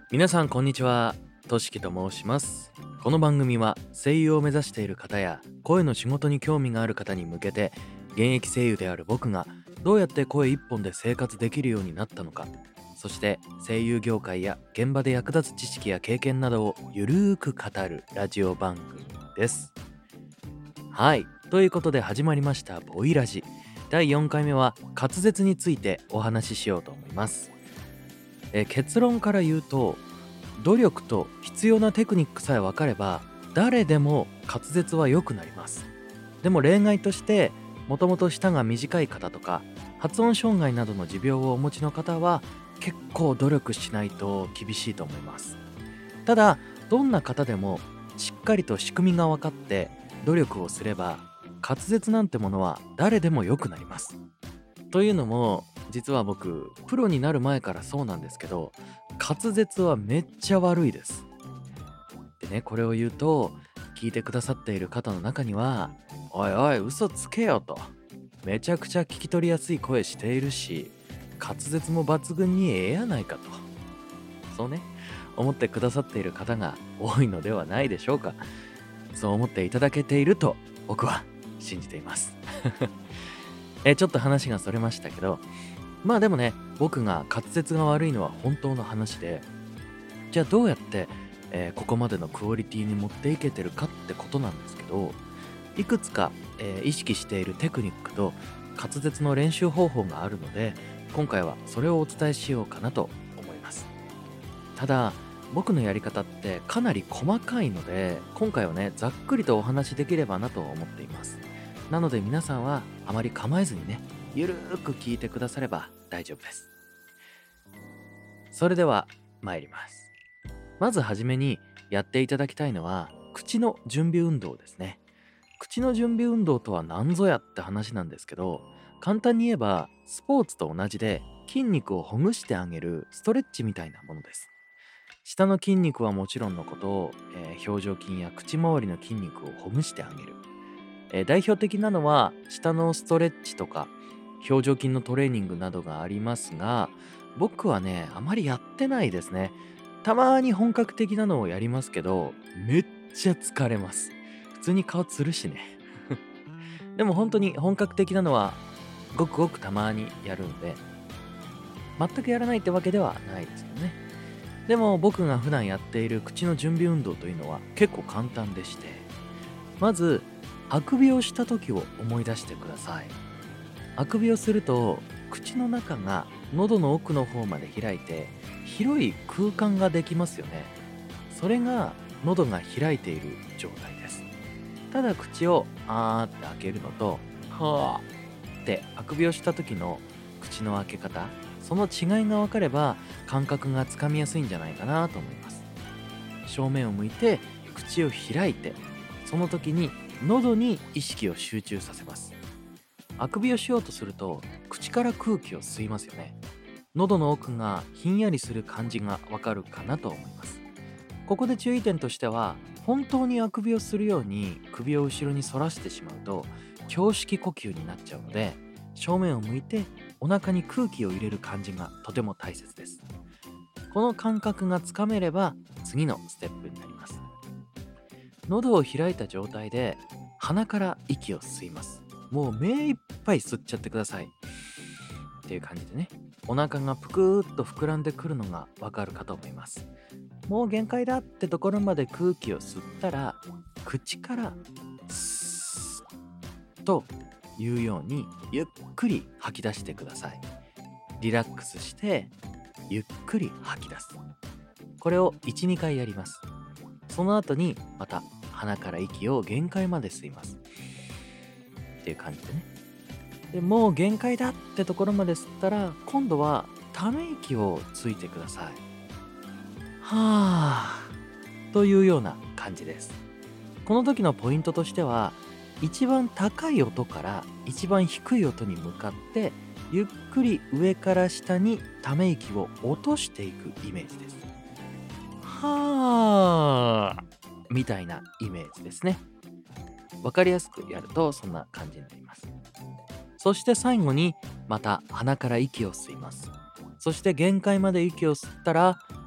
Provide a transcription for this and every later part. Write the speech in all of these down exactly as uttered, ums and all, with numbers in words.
皆さんこんにちは。としきと申します。この番組は声優を目指している方や声の仕事に興味がある方に向けて、現役声優である僕がどうやって声一本で生活できるようになったのか、そして声優業界や現場で役立つ知識や経験などをゆるーく語るラジオ番組です。はい、ということで始まりましたボイラジ。だいよんかいめは滑舌についてお話ししようと思います。えー結論から言うと、努力と必要なテクニックさえ分かれば誰でも滑舌は良くなります。でも例外として、もともと舌が短い方とか発音障害などの持病をお持ちの方は結構努力しないと厳しいと思います。ただ、どんな方でもしっかりと仕組みが分かって努力をすれば、滑舌なんてものは誰でも良くなります。というのも、実は僕プロになる前からそうなんですけど、滑舌はめっちゃ悪いです。でね、これを言うと、聞いてくださっている方の中には、おいおい嘘つけよと、めちゃくちゃ聞き取りやすい声しているし、滑舌も抜群にええやないかと、そうね、思ってくださっている方が多いのではないでしょうか。そう思っていただけていると僕は信じていますえちょっと話がそれましたけど、まあでもね、僕が滑舌が悪いのは本当の話で、じゃあどうやって、えーここまでのクオリティに持っていけてるかってことなんですけど、いくつか、えー意識しているテクニックと滑舌の練習方法があるので、今回はそれをお伝えしようかなと思います。ただ、僕のやり方ってかなり細かいので、今回はね、ざっくりとお話しできればなと思っています。なので皆さんはあまり構えずにね、ゆるーく聞いてくだされば大丈夫です。それでは参ります。まずはじめにやっていただきたいのは口の準備運動ですね。口の準備運動とは何ぞやって話なんですけど、簡単に言えばスポーツと同じで筋肉をほぐしてあげるストレッチみたいなものです。下の筋肉はもちろんのこと、えー表情筋や口周りの筋肉をほぐしてあげる。えー代表的なのは下のストレッチとか表情筋のトレーニングなどがありますが、僕はねあまりやってないですね。たまに本格的なのをやりますけど、めっちゃ疲れます。普通に顔つるしねでも本当に本格的なのはごくごくたまにやるんで、全くやらないってわけではないですよね。でも僕が普段やっている口の準備運動というのは結構簡単でして、まずあくびをした時を思い出してください。あくびをすると口の中が喉の奥の方まで開いて広い空間ができますよね。それが喉が開いている状態です。ただ口をあーって開けるのと、はーってあくびをした時の口の開け方、その違いが分かれば感覚がつかみやすいんじゃないかなと思います。正面を向いて口を開いて、その時に喉に意識を集中させます。あくびをしようとすると口から空気を吸いますよね。喉の奥がひんやりする感じがわかるかなと思います。ここで注意点としては、本当にあくびをするように首を後ろに反らしてしまうと胸式呼吸になっちゃうので、正面を向いてお腹に空気を入れる感じがとても大切です。この感覚がつかめれば次のステップになります。喉を開いた状態で鼻から息を吸います。もう目いっぱい吸っちゃってくださいっていう感じでね、お腹がぷくーっと膨らんでくるのがわかるかと思います。もう限界だってところまで空気を吸ったら、口からスーッというようにゆっくり吐き出してください。リラックスしてゆっくり吐き出す。これをいち、にかいやります。その後にまた鼻から息を限界まで吸いますっていう感じでね。でもう限界だってところまで吸ったら、今度はため息をついてください。はーというような感じです。この時のポイントとしては、一番高い音から一番低い音に向かってゆっくり上から下にため息を落としていくイメージです。はーみたいなイメージですね。わかりやすくやるとそんな感じになります。そして最後にまた鼻から息を吸います。そして限界まで息を吸ったら、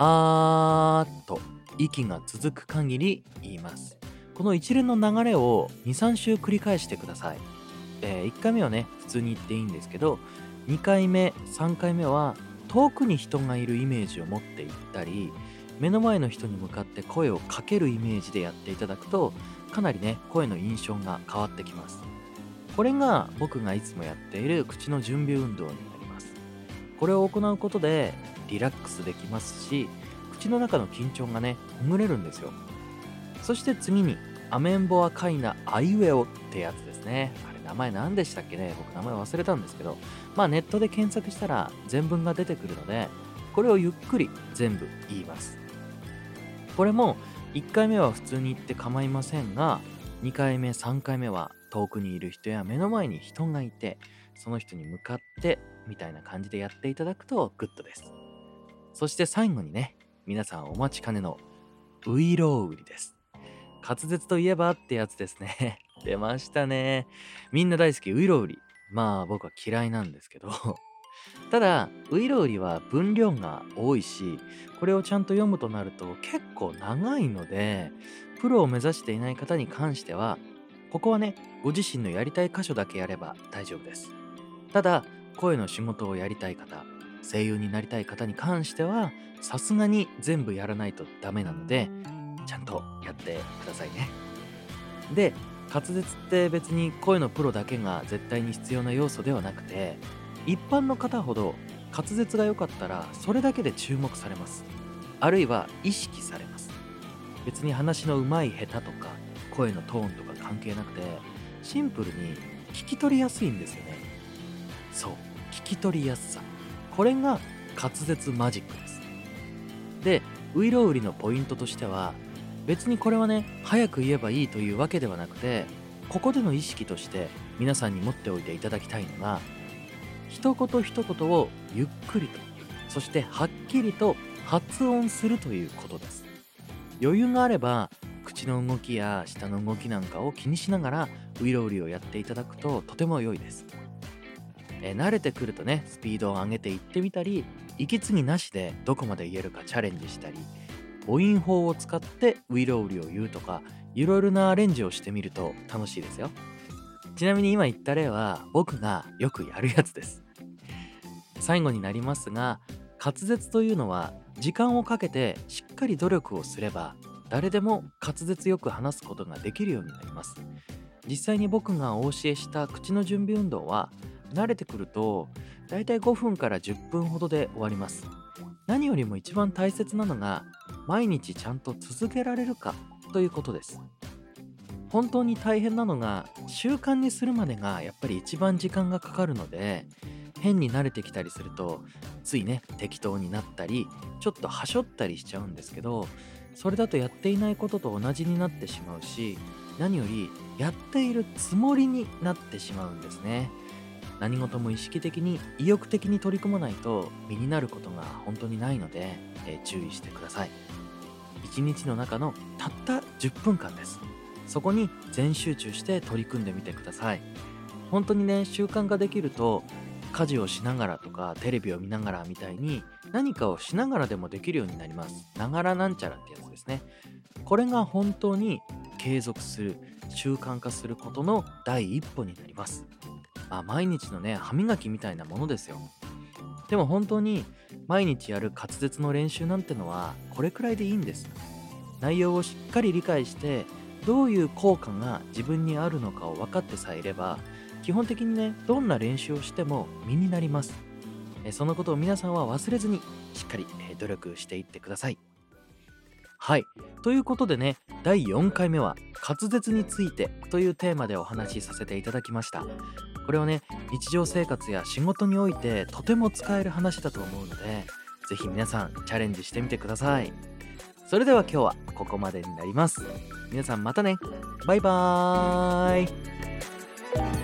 あーっと息が続く限り言います。この一連の流れをに、さん週繰り返してください。えー、いっかいめはね普通に言っていいんですけど、にかいめさんかいめは遠くに人がいるイメージを持っていったり、目の前の人に向かって声をかけるイメージでやっていただくと、かなりね声の印象が変わってきます。これが僕がいつもやっている口の準備運動になります。これを行うことでリラックスできますし、口の中の緊張がねほぐれるんですよ。そして次にアメンボアカイナアイウェオってやつですね。あれ名前何でしたっけね、僕名前忘れたんですけど、まあネットで検索したら全文が出てくるので、これをゆっくり全部言います。これもいっかいめは普通に言って構いませんが、にかいめさんかいめは遠くにいる人や目の前に人がいて、その人に向かってみたいな感じでやっていただくとグッドです。そして最後にね、皆さんお待ちかねのういろう売りです。滑舌といえばってやつですね。出ましたね。みんな大好きういろう売り。まあ僕は嫌いなんですけどただういろう売りは分量が多いし、これをちゃんと読むとなると結構長いので、プロを目指していない方に関してはここはねご自身のやりたい箇所だけやれば大丈夫です。ただ声の仕事をやりたい方、声優になりたい方に関してはさすがに全部やらないとダメなので、ちゃんとやってくださいね。で、滑舌って別に声のプロだけが絶対に必要な要素ではなくて、一般の方ほど滑舌が良かったらそれだけで注目されます。あるいは意識されます。別に話の上手い下手とか声のトーンとか関係なくて、シンプルに聞き取りやすいんですよね。そう、聞き取りやすさ。これが滑舌マジックです。で、ういろう売りのポイントとしては、別にこれはね早く言えばいいというわけではなくて、ここでの意識として皆さんに持っておいていただきたいのが、一言一言をゆっくりと、そしてはっきりと発音するということです。余裕があれば口の動きや舌の動きなんかを気にしながらういろうりをやっていただくととても良いです。え慣れてくるとねスピードを上げていってみたり、息継ぎなしでどこまで言えるかチャレンジしたり、母音法を使ってウイロウリを言うとか、いろいろなアレンジをしてみると楽しいですよ。ちなみに今言った例は僕がよくやるやつです。最後になりますが、滑舌というのは時間をかけてしっかり努力をすれば誰でも滑舌よく話すことができるようになります。実際に僕がお教えした口の準備運動は慣れてくるとだいたいごふんからじゅっぷんほどで終わります。何よりも一番大切なのが毎日ちゃんと続けられるかということです。本当に大変なのが習慣にするまでがやっぱり一番時間がかかるので、変に慣れてきたりするとついね適当になったりちょっとはしょったりしちゃうんですけど、それだとやっていないことと同じになってしまうし、何よりやっているつもりになってしまうんですね。何事も意識的に意欲的に取り組まないと身になることが本当にないので、えー注意してください。いちにちの中のたったじゅっぷんかんです。そこに全集中して取り組んでみてください。本当にね習慣ができると、家事をしながらとかテレビを見ながらみたいに何かをしながらでもできるようになります。ながらなんちゃらってやつですね。これが本当に継続する、習慣化することの第一歩になります。まあ、毎日のね歯磨きみたいなものですよ。でも本当に毎日やる滑舌の練習なんてのはこれくらいでいいんです。内容をしっかり理解してどういう効果が自分にあるのかを分かってさえいれば、基本的にねどんな練習をしても身になります。えそのことを皆さんは忘れずにしっかりえ努力していってください。はい。ということでね、だいよんかいめは滑舌についてというテーマでお話しさせていただきました。これをね、日常生活や仕事においてとても使える話だと思うので、ぜひ皆さんチャレンジしてみてください。それでは今日はここまでになります。皆さんまたね。バイバーイ。